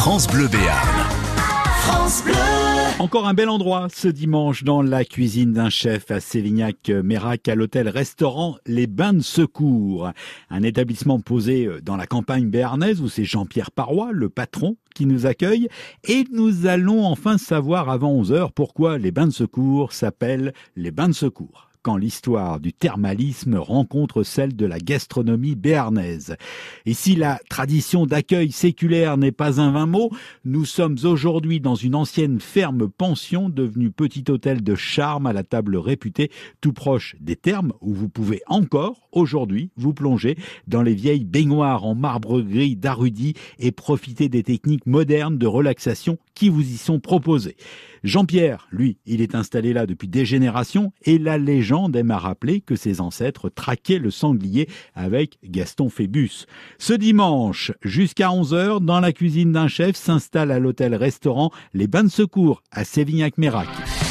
France Bleu Béarn. France Bleu. Encore un bel endroit ce dimanche dans la cuisine d'un chef à Sévignac-Mérac à l'hôtel-restaurant Les Bains de Secours. Un établissement posé dans la campagne béarnaise où c'est Jean-Pierre Parois, le patron, qui nous accueille. Et nous allons enfin savoir avant 11h pourquoi les Bains de Secours s'appellent les Bains de Secours, quand l'histoire du thermalisme rencontre celle de la gastronomie béarnaise. Et si la tradition d'accueil séculaire n'est pas un vain mot, nous sommes aujourd'hui dans une ancienne ferme-pension devenue petit hôtel de charme à la table réputée, tout proche des thermes où vous pouvez encore, aujourd'hui, vous plonger dans les vieilles baignoires en marbre gris d'Arrudy et profiter des techniques modernes de relaxation qui vous y sont proposées. Jean-Pierre, lui, il est installé là depuis des générations et la légende aime à rappeler que ses ancêtres traquaient le sanglier avec Gaston Phébus. Ce dimanche, jusqu'à 11h, dans la cuisine d'un chef, s'installe à l'hôtel-restaurant Les Bains de Secours à Sévignac-Mérac.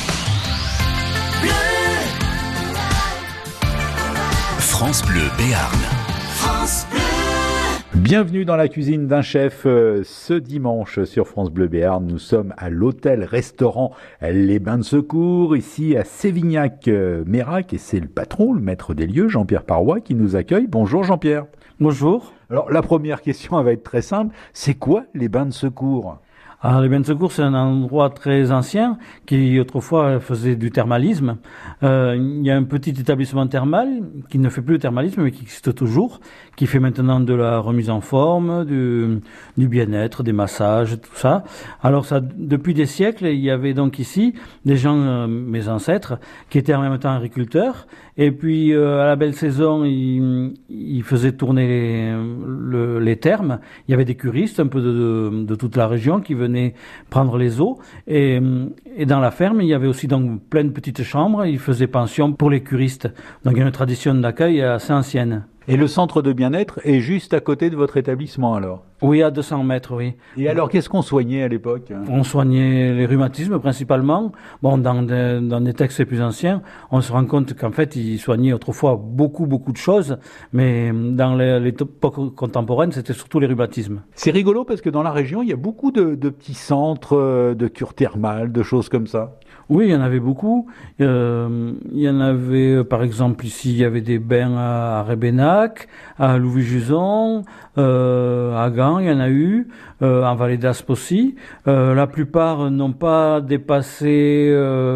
France Bleu Béarn. France Bleu. Bienvenue dans la cuisine d'un chef. Ce dimanche sur France Bleu Béarn, nous sommes à l'hôtel-restaurant Les Bains de Secours, ici à Sévignac-Mérac, et c'est le patron, le maître des lieux, Jean-Pierre Parois, qui nous accueille. Bonjour Jean-Pierre. Bonjour. Alors la première question, elle va être très simple. C'est quoi les Bains de Secours ? Alors, les Bains de Secours, c'est un endroit très ancien qui autrefois faisait du thermalisme. Il y a un petit établissement thermal qui ne fait plus le thermalisme mais qui existe toujours, qui fait maintenant de la remise en forme, du bien-être, des massages, tout ça. Alors ça, depuis des siècles, il y avait donc ici des gens, mes ancêtres, qui étaient en même temps agriculteurs. Et puis à la belle saison, ils faisaient tourner les thermes. Il y avait des curistes un peu de toute la région qui venaient prendre les eaux. Et dans la ferme, il y avait aussi donc plein de petites chambres. Ils faisaient pension pour les curistes. Donc il y a une tradition d'accueil assez ancienne. Et le centre de bien-être est juste à côté de votre établissement alors ? Oui, à 200 mètres, oui. Et alors, qu'est-ce qu'on soignait à l'époque ? On soignait les rhumatismes principalement. Bon, dans des textes plus anciens, on se rend compte qu'en fait, ils soignaient autrefois beaucoup de choses, mais dans l'époque contemporaine, c'était surtout les rhumatismes. C'est rigolo parce que dans la région, il y a beaucoup de petits centres de cure thermale, de choses comme ça. Oui, il y en avait beaucoup. Il y en avait, par exemple, ici, il y avait des bains à Rébénac, à Louis-Juson, à Gand, il y en a eu, en Vallée d'Aspe aussi. La plupart n'ont pas dépassé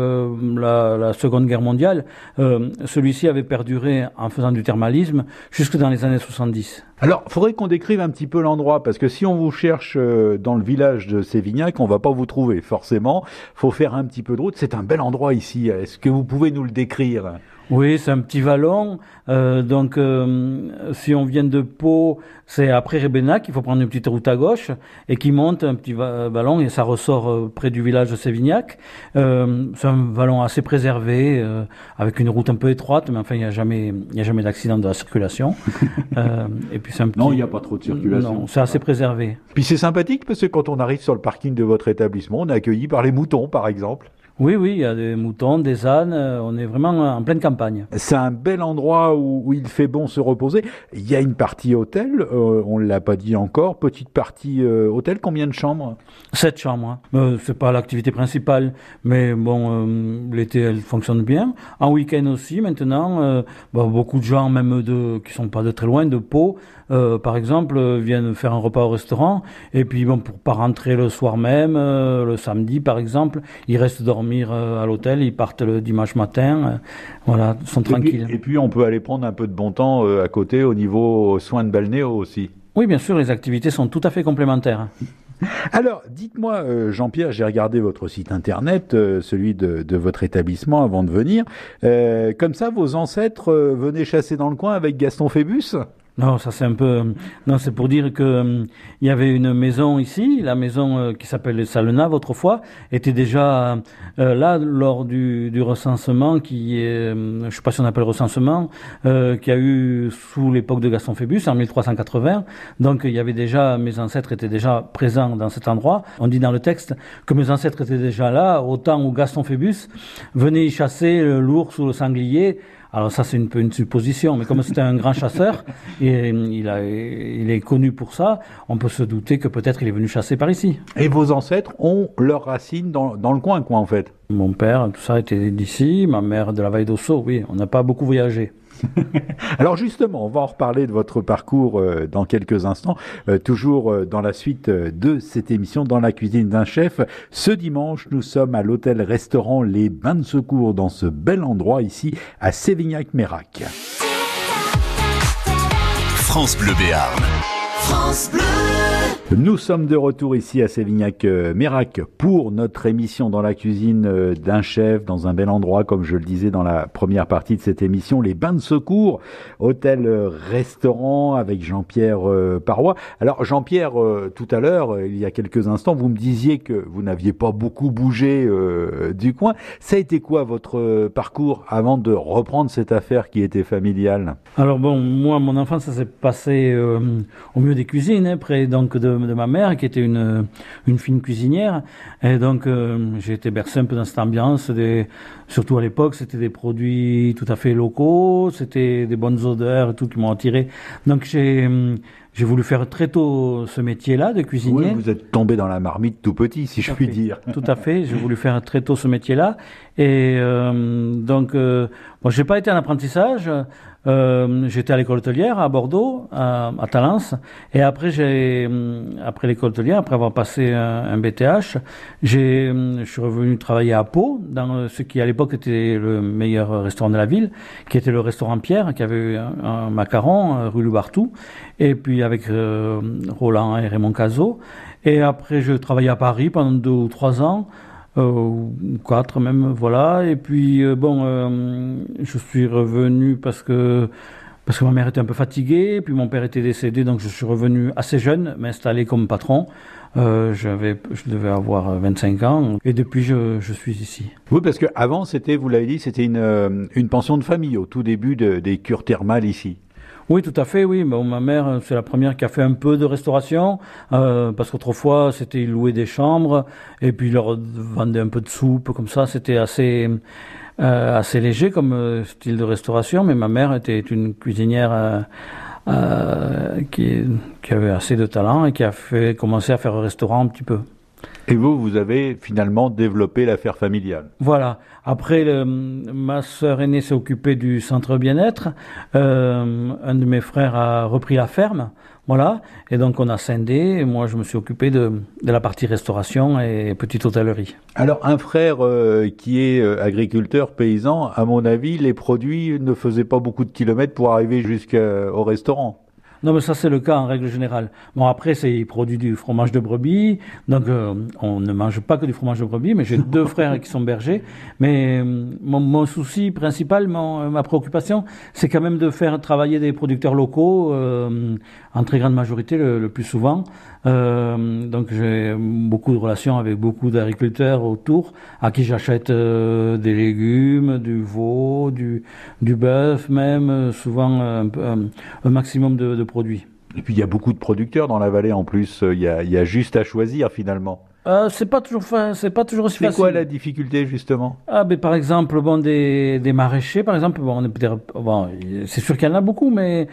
la Seconde Guerre mondiale. Celui-ci avait perduré en faisant du thermalisme jusque dans les années 70. Alors, faudrait qu'on décrive un petit peu l'endroit, parce que si on vous cherche dans le village de Sévignac, on va pas vous trouver, forcément. Faut faire un petit peu de route. C'est un bel endroit ici. Est-ce que vous pouvez nous le décrire ? Oui, c'est un petit vallon. Donc, si on vient de Pau, c'est après Rébénac, il faut prendre une petite route à gauche et qui monte un petit vallon et ça ressort près du village de Sévignac. C'est un vallon assez préservé, avec une route un peu étroite, mais enfin, il n'y a jamais d'accident de la circulation. Et puis c'est un petit... Non, il n'y a pas trop de circulation. Non, c'est assez préservé. Puis c'est sympathique parce que quand on arrive sur le parking de votre établissement, on est accueilli par les moutons, par exemple. Oui, il y a des moutons, des ânes, on est vraiment en pleine campagne. C'est un bel endroit où il fait bon se reposer. Il y a une partie hôtel, on ne l'a pas dit encore, petite partie hôtel, combien de chambres ? 7 chambres. C'est pas l'activité principale, mais bon, l'été elle fonctionne bien. En week-end aussi maintenant, beaucoup de gens même qui sont pas de très loin, de Pau, par exemple, viennent faire un repas au restaurant, et puis bon, pour pas rentrer le soir même, le samedi par exemple, ils restent dormir à l'hôtel, ils partent le dimanche matin, voilà, ils sont tranquilles. Et puis on peut aller prendre un peu de bon temps à côté au niveau soins de balnéo aussi. Oui, bien sûr, les activités sont tout à fait complémentaires. Alors, dites-moi, Jean-Pierre, j'ai regardé votre site internet, celui de votre établissement avant de venir. Comme ça, vos ancêtres venaient chasser dans le coin avec Gaston Phébus ? Non, ça c'est un peu... Non, c'est pour dire que il y avait une maison ici, la maison qui s'appelle les Salenave autrefois, était déjà là lors du recensement qui est... je sais pas si on appelle recensement, qui a eu sous l'époque de Gaston Phébus, en 1380. Donc il y avait déjà... Mes ancêtres étaient déjà présents dans cet endroit. On dit dans le texte que mes ancêtres étaient déjà là, au temps où Gaston Phébus venait y chasser l'ours ou le sanglier Alors ça, c'est une supposition, mais comme c'était un grand chasseur, et il est connu pour ça, on peut se douter que peut-être il est venu chasser par ici. Et vos ancêtres ont leurs racines dans le coin, quoi, en fait. Mon père, tout ça était d'ici, ma mère de la Vallée d'Ossau, oui, on n'a pas beaucoup voyagé. Alors justement, on va en reparler de votre parcours dans quelques instants, toujours dans la suite de cette émission Dans la cuisine d'un chef. Ce dimanche, nous sommes à l'hôtel-restaurant Les Bains de Secours dans ce bel endroit ici à Sévignac-Mérac. France Bleu Béarn. France Bleu. Nous sommes de retour ici à Sévignac-Mérac pour notre émission Dans la cuisine d'un chef, dans un bel endroit, comme je le disais dans la première partie de cette émission, les Bains de Secours, hôtel-restaurant avec Jean-Pierre Parois. Alors Jean-Pierre, tout à l'heure, il y a quelques instants, vous me disiez que vous n'aviez pas beaucoup bougé du coin. Ça a été quoi votre parcours avant de reprendre cette affaire qui était familiale? Alors bon, moi, mon enfance, ça s'est passé au milieu des cuisines, près donc de ma mère, qui était une fine cuisinière. Et donc, j'ai été bercé un peu dans cette ambiance. Surtout à l'époque, c'était des produits tout à fait locaux, c'était des bonnes odeurs et tout qui m'ont attiré. Donc, j'ai voulu faire très tôt ce métier-là de cuisinier. Oui, vous êtes tombé dans la marmite tout petit, si je puis dire. Tout à fait, j'ai voulu faire très tôt ce métier-là. Et donc, bon, j'ai pas été en apprentissage. J'étais à l'école hôtelière à Bordeaux, à Talence. Et après, après l'école hôtelière, après avoir passé un BTH, je suis revenu travailler à Pau, dans ce qui à l'époque était le meilleur restaurant de la ville, qui était le restaurant Pierre, qui avait un macaron, rue Loubartou. Et puis avec Roland et Raymond Cazot. Et après, je travaillais à Paris pendant 2 ou 3 ans. Ou 4 même, voilà. Et puis je suis revenu parce que ma mère était un peu fatiguée, puis mon père était décédé, donc je suis revenu assez jeune, m'installer comme patron. Je devais avoir 25 ans, et depuis je suis ici. Oui, parce que avant, vous l'avez dit, c'était une pension de famille au tout début des cures thermales ici. Oui, tout à fait, oui. Bon, ma mère, c'est la première qui a fait un peu de restauration, parce qu'autrefois, c'était louer des chambres, et puis ils leur vendaient un peu de soupe, comme ça. C'était assez léger comme style de restauration, mais ma mère était une cuisinière qui avait assez de talent et qui a commencé à faire un restaurant un petit peu. Et vous avez finalement développé l'affaire familiale. Voilà. Après, ma sœur aînée s'est occupée du centre bien-être. Un de mes frères a repris la ferme. Voilà. Et donc, on a scindé. Et moi, je me suis occupé de la partie restauration et petite hôtellerie. Alors, un frère qui est agriculteur, paysan, à mon avis, les produits ne faisaient pas beaucoup de kilomètres pour arriver jusqu'au restaurant. Non, mais ça, c'est le cas en règle générale. Bon, après, il produit du fromage de brebis. Donc, on ne mange pas que du fromage de brebis, mais j'ai 2 frères qui sont bergers. Mais mon souci principal, ma préoccupation, c'est quand même de faire travailler des producteurs locaux, en très grande majorité, le plus souvent. Donc, j'ai beaucoup de relations avec beaucoup d'agriculteurs autour, à qui j'achète des légumes, du veau, du bœuf même, souvent un maximum de produits. Et puis il y a beaucoup de producteurs dans la vallée en plus, il y a juste à choisir finalement. C'est pas toujours aussi facile. C'est quoi la difficulté justement? Par exemple, des maraîchers, par exemple, c'est sûr qu'il y en a beaucoup, mais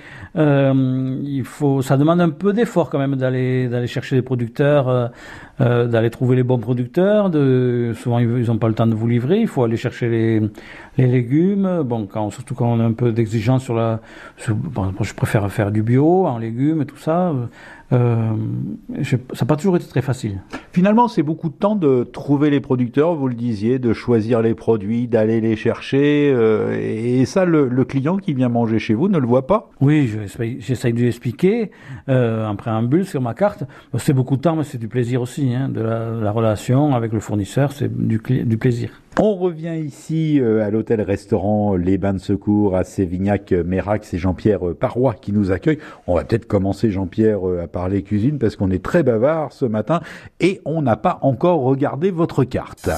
ça demande un peu d'effort quand même d'aller chercher des producteurs, d'aller trouver les bons producteurs. Souvent ils n'ont pas le temps de vous livrer. Il faut aller chercher les légumes. Bon, surtout quand on a un peu d'exigence je préfère faire du bio en légumes et tout ça. Ça n'a pas toujours été très facile. Finalement, c'est beaucoup de temps de trouver les producteurs, vous le disiez, de choisir les produits, d'aller les chercher. Et ça, le client qui vient manger chez vous ne le voit pas? Oui, j'essaye de lui expliquer en préambule sur ma carte. C'est beaucoup de temps, mais c'est du plaisir aussi. De la relation avec le fournisseur, c'est du plaisir. On revient ici à l'hôtel-restaurant Les Bains de Secours à Sévignac-Mérac. C'est Jean-Pierre Parois qui nous accueille. On va peut-être commencer, Jean-Pierre, à parler cuisine parce qu'on est très bavard ce matin et on n'a pas encore regardé votre carte.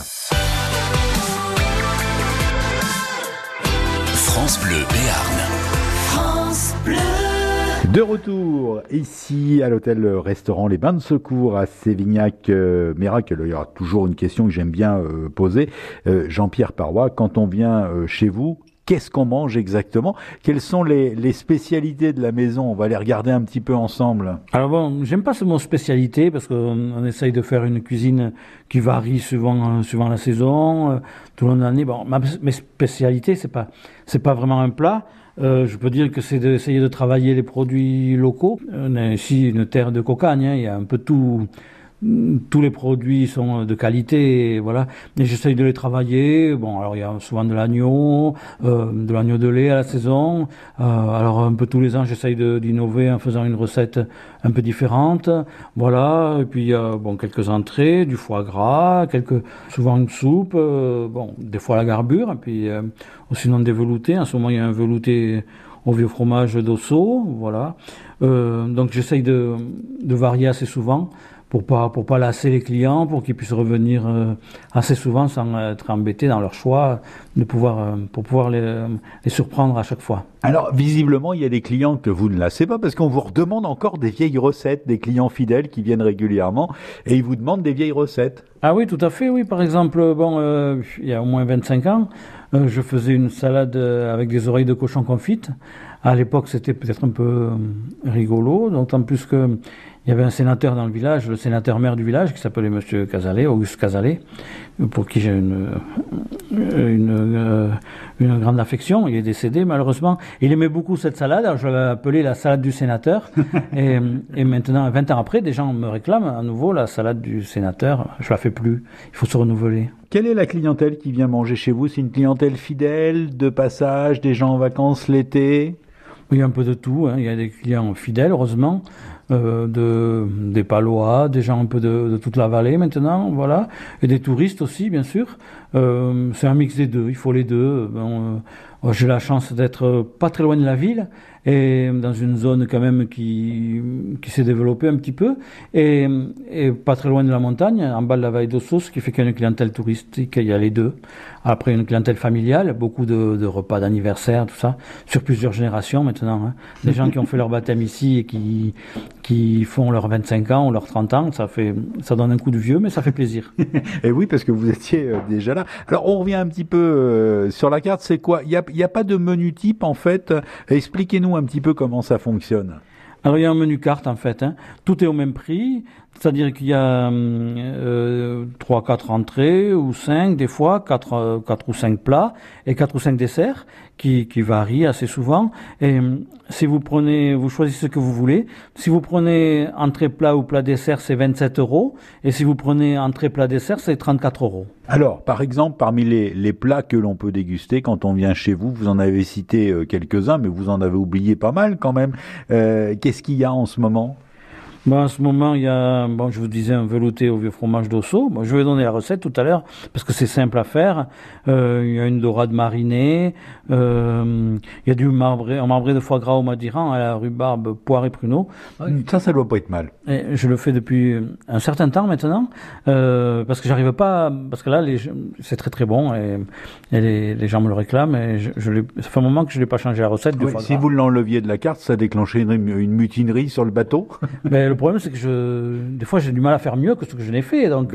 France Bleu Béarn. France Bleu. De retour ici à l'hôtel-restaurant Les Bains de Secours à Sévignac-Mérac. Il y aura toujours une question que j'aime bien poser. Jean-Pierre Parois, quand on vient chez vous, qu'est-ce qu'on mange exactement? Quelles sont les spécialités de la maison? On va les regarder un petit peu ensemble. Alors bon, j'aime pas ce mot spécialité parce qu'on essaye de faire une cuisine qui varie suivant la saison, tout le long de l'année. Bon, mes spécialités, c'est pas vraiment un plat. Je peux dire que c'est d'essayer de travailler les produits locaux. On a ici une terre de cocagne, hein, il y a un peu tout. Tous les produits sont de qualité, voilà. Et j'essaye de les travailler. Bon, alors il y a souvent de l'agneau de lait à la saison. Alors un peu tous les ans, j'essaye d'innover en faisant une recette un peu différente. Voilà. Et puis il y a quelques entrées, du foie gras, souvent une soupe. Des fois la garbure. Et puis sinon des veloutés. En ce moment, il y a un velouté au vieux fromage d'Osso, voilà. Donc j'essaye de varier assez souvent pour pas lasser les clients, pour qu'ils puissent revenir assez souvent sans être embêtés dans leur choix, pour pouvoir les surprendre à chaque fois. Alors, visiblement, il y a des clients que vous ne lassez pas parce qu'on vous redemande encore des vieilles recettes, des clients fidèles qui viennent régulièrement et ils vous demandent des vieilles recettes. Ah oui, tout à fait, oui. Par exemple, il y a au moins 25 ans, je faisais une salade avec des oreilles de cochon confites. À l'époque, c'était peut-être un peu rigolo, d'autant plus que il y avait un sénateur dans le village, le sénateur-maire du village, qui s'appelait Monsieur Cazalet, Auguste Cazalet, pour qui j'ai une grande affection. Il est décédé, malheureusement. Il aimait beaucoup cette salade, alors je l'avais appelée la salade du sénateur. et maintenant, 20 ans après, des gens me réclament à nouveau la salade du sénateur. Je la fais plus. Il faut se renouveler. Quelle est la clientèle qui vient manger chez vous? C'est une clientèle fidèle, de passage, des gens en vacances l'été? Il y a un peu de tout, hein. Il y a des clients fidèles, heureusement, des Palois, des gens un peu de toute la vallée maintenant, voilà, et des touristes aussi, bien sûr. C'est un mix des deux, il faut les deux. J'ai la chance d'être pas très loin de la ville et dans une zone quand même qui s'est développée un petit peu et pas très loin de la montagne, en bas de la vallée d'Osso, ce qui fait qu'il y a une clientèle touristique, il y a les deux. Après, une clientèle familiale, beaucoup de repas d'anniversaire, tout ça, sur plusieurs générations maintenant. Hein. Des gens qui ont fait leur baptême ici et qui font leurs 25 ans ou leurs 30 ans, ça donne un coup de vieux, mais ça fait plaisir. Et oui, parce que vous étiez déjà là. Alors, on revient un petit peu sur la carte. C'est quoi? Il y a pas de menu type, en fait. Expliquez-nous un petit peu comment ça fonctionne. Alors, il y a un menu carte, en fait. Hein. Tout est au même prix. C'est-à-dire qu'il y a 3-4 entrées ou 5 des fois, 4 ou 5 plats et 4 ou 5 desserts qui varient assez souvent. Et si vous choisissez ce que vous voulez. Si vous prenez entrée plat ou plat dessert, c'est 27 €. Et si vous prenez entrée plat dessert, c'est 34 €. Alors, par exemple, parmi les plats que l'on peut déguster quand on vient chez vous, vous en avez cité quelques-uns, mais vous en avez oublié pas mal quand même. Qu'est-ce qu'il y a en ce moment ? En ce moment, il y a, je vous disais, un velouté au vieux fromage d'Osso. Je vais donner la recette tout à l'heure, parce que c'est simple à faire. Il y a une dorade marinée, il y a un marbré de foie gras au madiran, à la rhubarbe, poire et pruneau. Ça doit pas être mal. Et je le fais depuis un certain temps maintenant, parce que j'arrive pas, parce que là, c'est très très bon, et les gens me le réclament, et ça fait un moment que je l'ai pas changé la recette du foie gras. Si vous l'enleviez de la carte, ça déclenchait une mutinerie sur le bateau. Le problème, c'est que des fois, j'ai du mal à faire mieux que ce que je n'ai fait. Donc,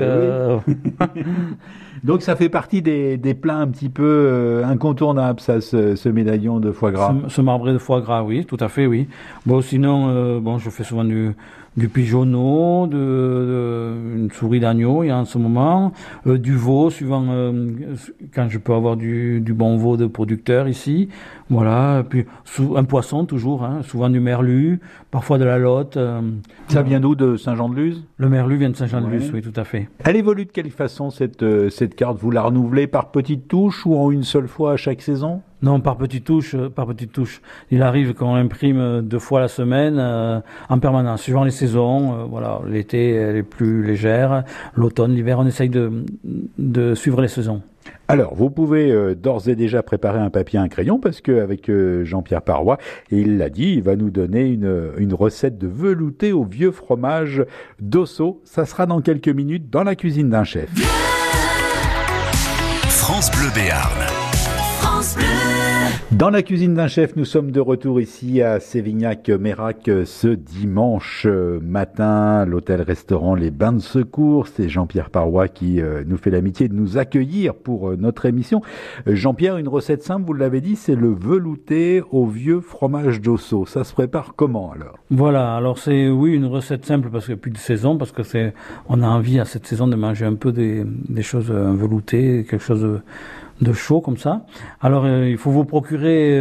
donc ça fait partie des plats un petit peu incontournables, ça, ce médaillon de foie gras. Ce marbré de foie gras, oui, tout à fait, oui. Sinon, je fais souvent du pigeonneau, une souris d'agneau, il y a en ce moment, du veau, suivant quand je peux avoir du bon veau de producteur ici, voilà, puis un poisson toujours, hein, souvent du merlu, parfois de la lotte. Ça vient d'où, de Saint-Jean-de-Luz ? Le merlu vient de Saint-Jean-de-Luz, oui, tout à fait. Elle évolue de quelle façon cette carte ? Vous la renouvelez par petites touches ou en une seule fois à chaque saison ? Non, par petites touches. Il arrive qu'on imprime 2 fois la semaine en permanence, suivant les saisons. Voilà, l'été, elle est plus légère. L'automne, l'hiver, on essaye de suivre les saisons. Alors, vous pouvez d'ores et déjà préparer un papier et un crayon parce qu'avec Jean-Pierre Parois, il l'a dit, il va nous donner une recette de velouté au vieux fromage d'Osso. Ça sera dans quelques minutes dans la cuisine d'un chef. France Bleu Béarn. France Bleu. Dans la cuisine d'un chef, nous sommes de retour ici à Sévignac-Mérac ce dimanche matin. L'hôtel-restaurant Les Bains de Secours, c'est Jean-Pierre Parois qui nous fait l'amitié de nous accueillir pour notre émission. Jean-Pierre, une recette simple, vous l'avez dit, c'est le velouté au vieux fromage d'Ossau. Ça se prépare comment alors? Voilà, alors c'est une recette simple parce qu'il n'y a plus de saison, parce que on a envie à cette saison de manger un peu des choses veloutées, quelque chose de chaud comme ça. Alors il faut vous procurer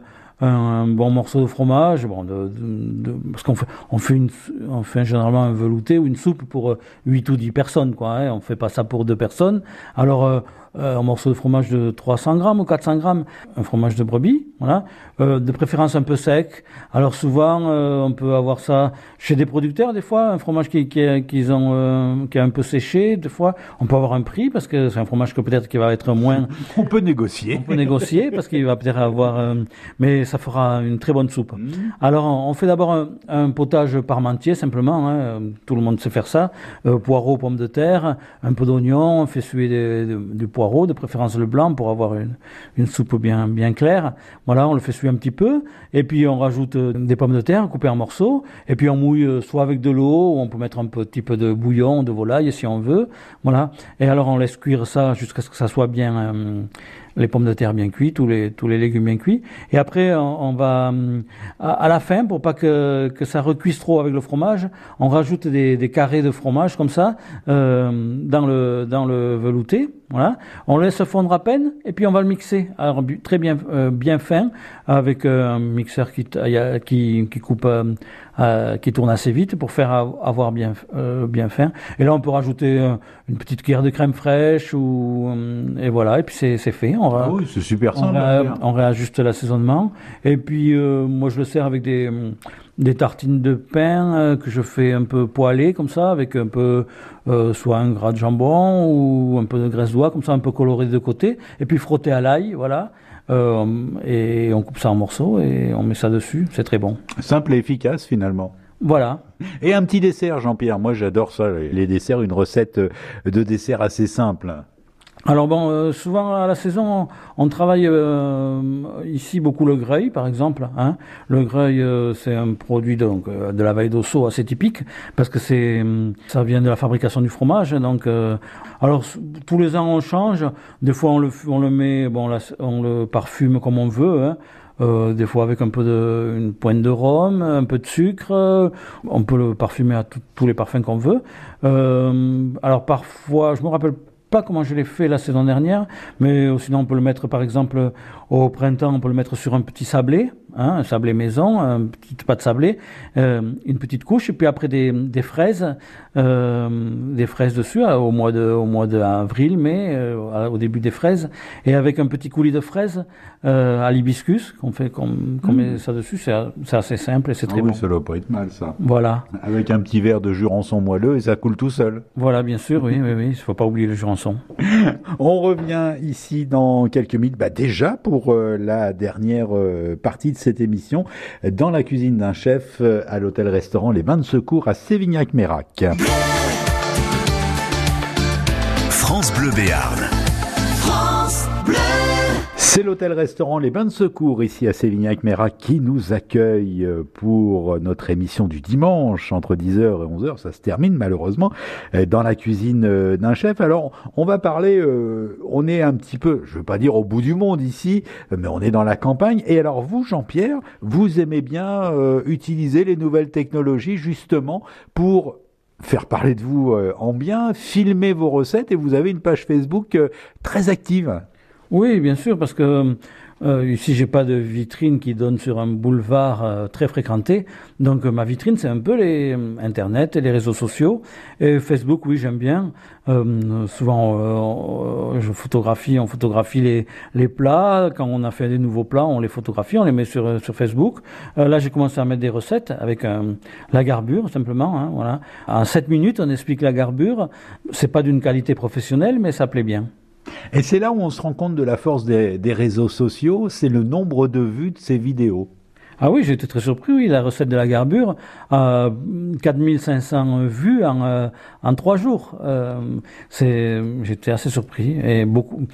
un bon morceau de fromage, parce qu'on fait généralement un velouté ou une soupe pour 8 ou 10 personnes, quoi. On fait pas ça pour 2 personnes. Alors un morceau de fromage de 300 grammes ou 400 grammes, un fromage de brebis, voilà, de préférence un peu sec. Alors souvent, on peut avoir ça chez des producteurs, des fois, un fromage qui est un peu séché, des fois, on peut avoir un prix, parce que c'est un fromage que peut-être qui va être moins... On peut négocier. On peut négocier, parce qu'il va peut-être avoir... mais ça fera une très bonne soupe. Alors, on fait d'abord un potage parmentier, simplement, tout le monde sait faire ça, poireaux, pommes de terre, un peu d'oignon, on fait suer du poireau, de préférence le blanc, pour avoir une soupe bien claire. Voilà, on le fait suer un petit peu, et puis on rajoute des pommes de terre coupées en morceaux, et puis on mouille soit avec de l'eau, ou on peut mettre un petit peu de bouillon, de volaille si on veut. Voilà, et alors on laisse cuire ça jusqu'à ce que ça soit bien... les pommes de terre bien cuites, tous les légumes bien cuits. Et après, on va, à la fin, pour pas que ça recuise trop avec le fromage, on rajoute des carrés de fromage comme ça, dans le velouté. Voilà. On le laisse fondre à peine, et puis on va le mixer. Alors, très bien fin, avec un mixeur qui coupe, qui tourne assez vite pour faire avoir bien fin. Et là, on peut rajouter une petite cuillère de crème fraîche, et voilà. Et puis c'est fait. Oui, c'est super simple. On réajuste l'assaisonnement. Et puis, moi, je le sers avec des tartines de pain que je fais un peu poêlées, comme ça, avec un peu, soit un gras de jambon ou un peu de graisse d'oie, comme ça, un peu coloré de côté. Et puis frotter à l'ail, voilà. Et on coupe ça en morceaux et on met ça dessus. C'est très bon. Simple et efficace, finalement. Voilà. Et un petit dessert, Jean-Pierre. Moi, j'adore ça, les desserts, une recette de dessert assez simple. Alors bon, souvent à la saison, on travaille ici beaucoup le greuil, par exemple. Le greuil, c'est un produit donc de la vallée d'Ossau assez typique, parce que ça vient de la fabrication du fromage. Donc, alors tous les ans on change. Des fois on le met, on le parfume comme on veut. Des fois avec une pointe de rhum, un peu de sucre, on peut le parfumer à tous les parfums qu'on veut. Alors parfois, je me rappelle pas comment je l'ai fait la saison dernière, mais sinon on peut le mettre par exemple au printemps, on peut le mettre sur un petit sablé, un sablé maison, une petite pâte sablée, une petite couche, et puis après des fraises dessus au mois d'avril, mai, au début des fraises, et avec un petit coulis de fraises à l'hibiscus qu'on met ça dessus. C'est assez simple et c'est très bon. Ça doit pas être mal, ça. Voilà. Avec un petit verre de jurançon moelleux et ça coule tout seul. Voilà, bien sûr, oui, il faut pas oublier le jurançon. On revient ici dans quelques minutes, déjà pour la dernière partie de cette émission, dans la cuisine d'un chef à l'hôtel-restaurant Les Bains de Secours à Sévignac-Mérac. France Bleu Béarn. France Bleu. C'est l'hôtel-restaurant Les Bains de Secours ici à Sévignac-Mérac qui nous accueille pour notre émission du dimanche entre 10h et 11h. Ça se termine malheureusement dans la cuisine d'un chef. Alors on va parler, on est un petit peu, je ne veux pas dire au bout du monde ici, mais on est dans la campagne. Et alors vous, Jean-Pierre, vous aimez bien utiliser les nouvelles technologies justement pour faire parler de vous en bien, filmer vos recettes, et vous avez une page Facebook très active. Oui, bien sûr, parce que ici, j'ai pas de vitrine qui donne sur un boulevard très fréquenté. Donc, ma vitrine, c'est un peu Internet et les réseaux sociaux. Et Facebook, oui, j'aime bien. Souvent, on photographie les plats. Quand on a fait des nouveaux plats, on les photographie, on les met sur Facebook. Là, j'ai commencé à mettre des recettes avec la garbure, simplement. Voilà. En 7 minutes, on explique la garbure. C'est pas d'une qualité professionnelle, mais ça plaît bien. Et c'est là où on se rend compte de la force des réseaux sociaux, c'est le nombre de vues de ces vidéos. Ah oui, j'étais très surpris, oui, la recette de la garbure, 4500 vues en 3 jours. J'étais assez surpris et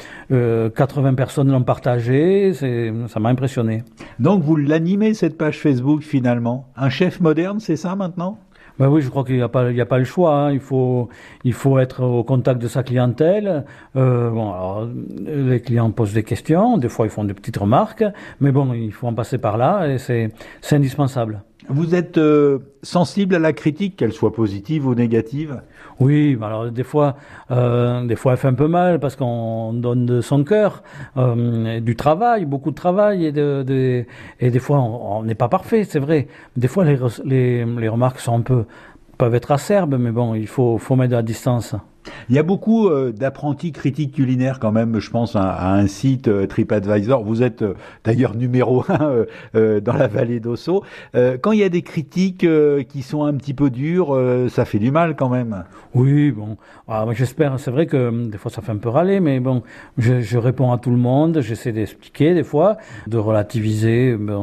80 personnes l'ont partagé, ça m'a impressionné. Donc vous l'animez cette page Facebook finalement. Un chef moderne, c'est ça maintenant? Ben oui, je crois qu'il n'y a pas le choix, hein. Il faut être au contact de sa clientèle. Alors, les clients posent des questions, des fois ils font des petites remarques, mais bon, il faut en passer par là et c'est indispensable. Vous êtes sensible à la critique, qu'elle soit positive ou négative? Oui, alors des fois elle fait un peu mal parce qu'on donne de son cœur, du travail, beaucoup de travail et des fois on n'est pas parfait, c'est vrai. Des fois les remarques peuvent être acerbes, mais bon, il faut mettre de la distance. Il y a beaucoup d'apprentis critiques culinaires quand même, je pense à un site TripAdvisor. Vous êtes d'ailleurs numéro 1 dans la vallée d'Ossau. Quand il y a des critiques qui sont un petit peu dures, ça fait du mal quand même. Oui, bon, moi j'espère, c'est vrai que des fois ça fait un peu râler, mais bon, je réponds à tout le monde, j'essaie d'expliquer des fois, de relativiser, bon,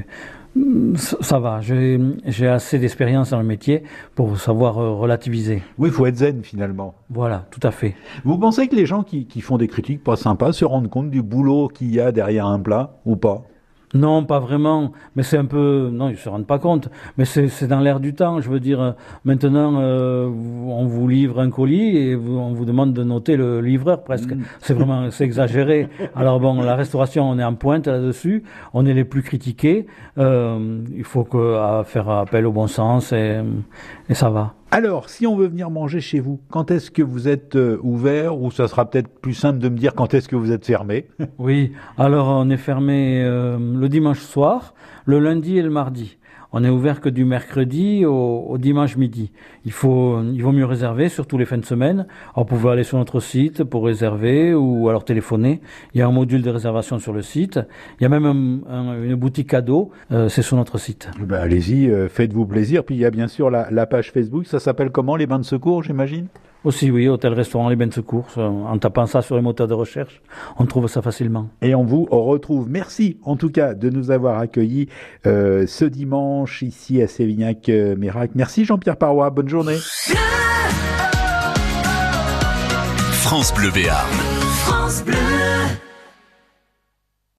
ça va, j'ai assez d'expérience dans le métier pour savoir relativiser. Oui, il faut être zen finalement. Voilà, tout à fait. Vous pensez que les gens qui font des critiques pas sympas se rendent compte du boulot qu'il y a derrière un plat ou pas? Non, pas vraiment, mais c'est un peu... Non, ils se rendent pas compte, mais c'est dans l'air du temps. Je veux dire, maintenant, on vous livre un colis et on vous demande de noter le livreur presque. C'est exagéré. Alors bon, la restauration, on est en pointe là-dessus, on est les plus critiqués. Il faut faire appel au bon sens et ça va. Alors, si on veut venir manger chez vous, quand est-ce que vous êtes ouvert, ou ça sera peut-être plus simple de me dire quand est-ce que vous êtes fermé? Oui, alors on est fermé le dimanche soir, le lundi et le mardi. On est ouvert que du mercredi au dimanche midi. Il vaut mieux réserver, surtout les fins de semaine. Alors, vous pouvez aller sur notre site pour réserver ou alors téléphoner. Il y a un module de réservation sur le site. Il y a même une boutique cadeau, c'est sur notre site. Ben, allez-y, faites-vous plaisir. Puis il y a bien sûr la page Facebook. Ça s'appelle comment, les bains de secours, j'imagine? Aussi, oui, hôtel-restaurant Les Bains de Secours. En tapant ça sur les moteurs de recherche, on trouve ça facilement. Et on vous retrouve. Merci en tout cas de nous avoir accueillis ce dimanche ici à Sévignac-Mérac. Merci Jean-Pierre Parois, bonne journée. France Bleu Béarn. France Bleu.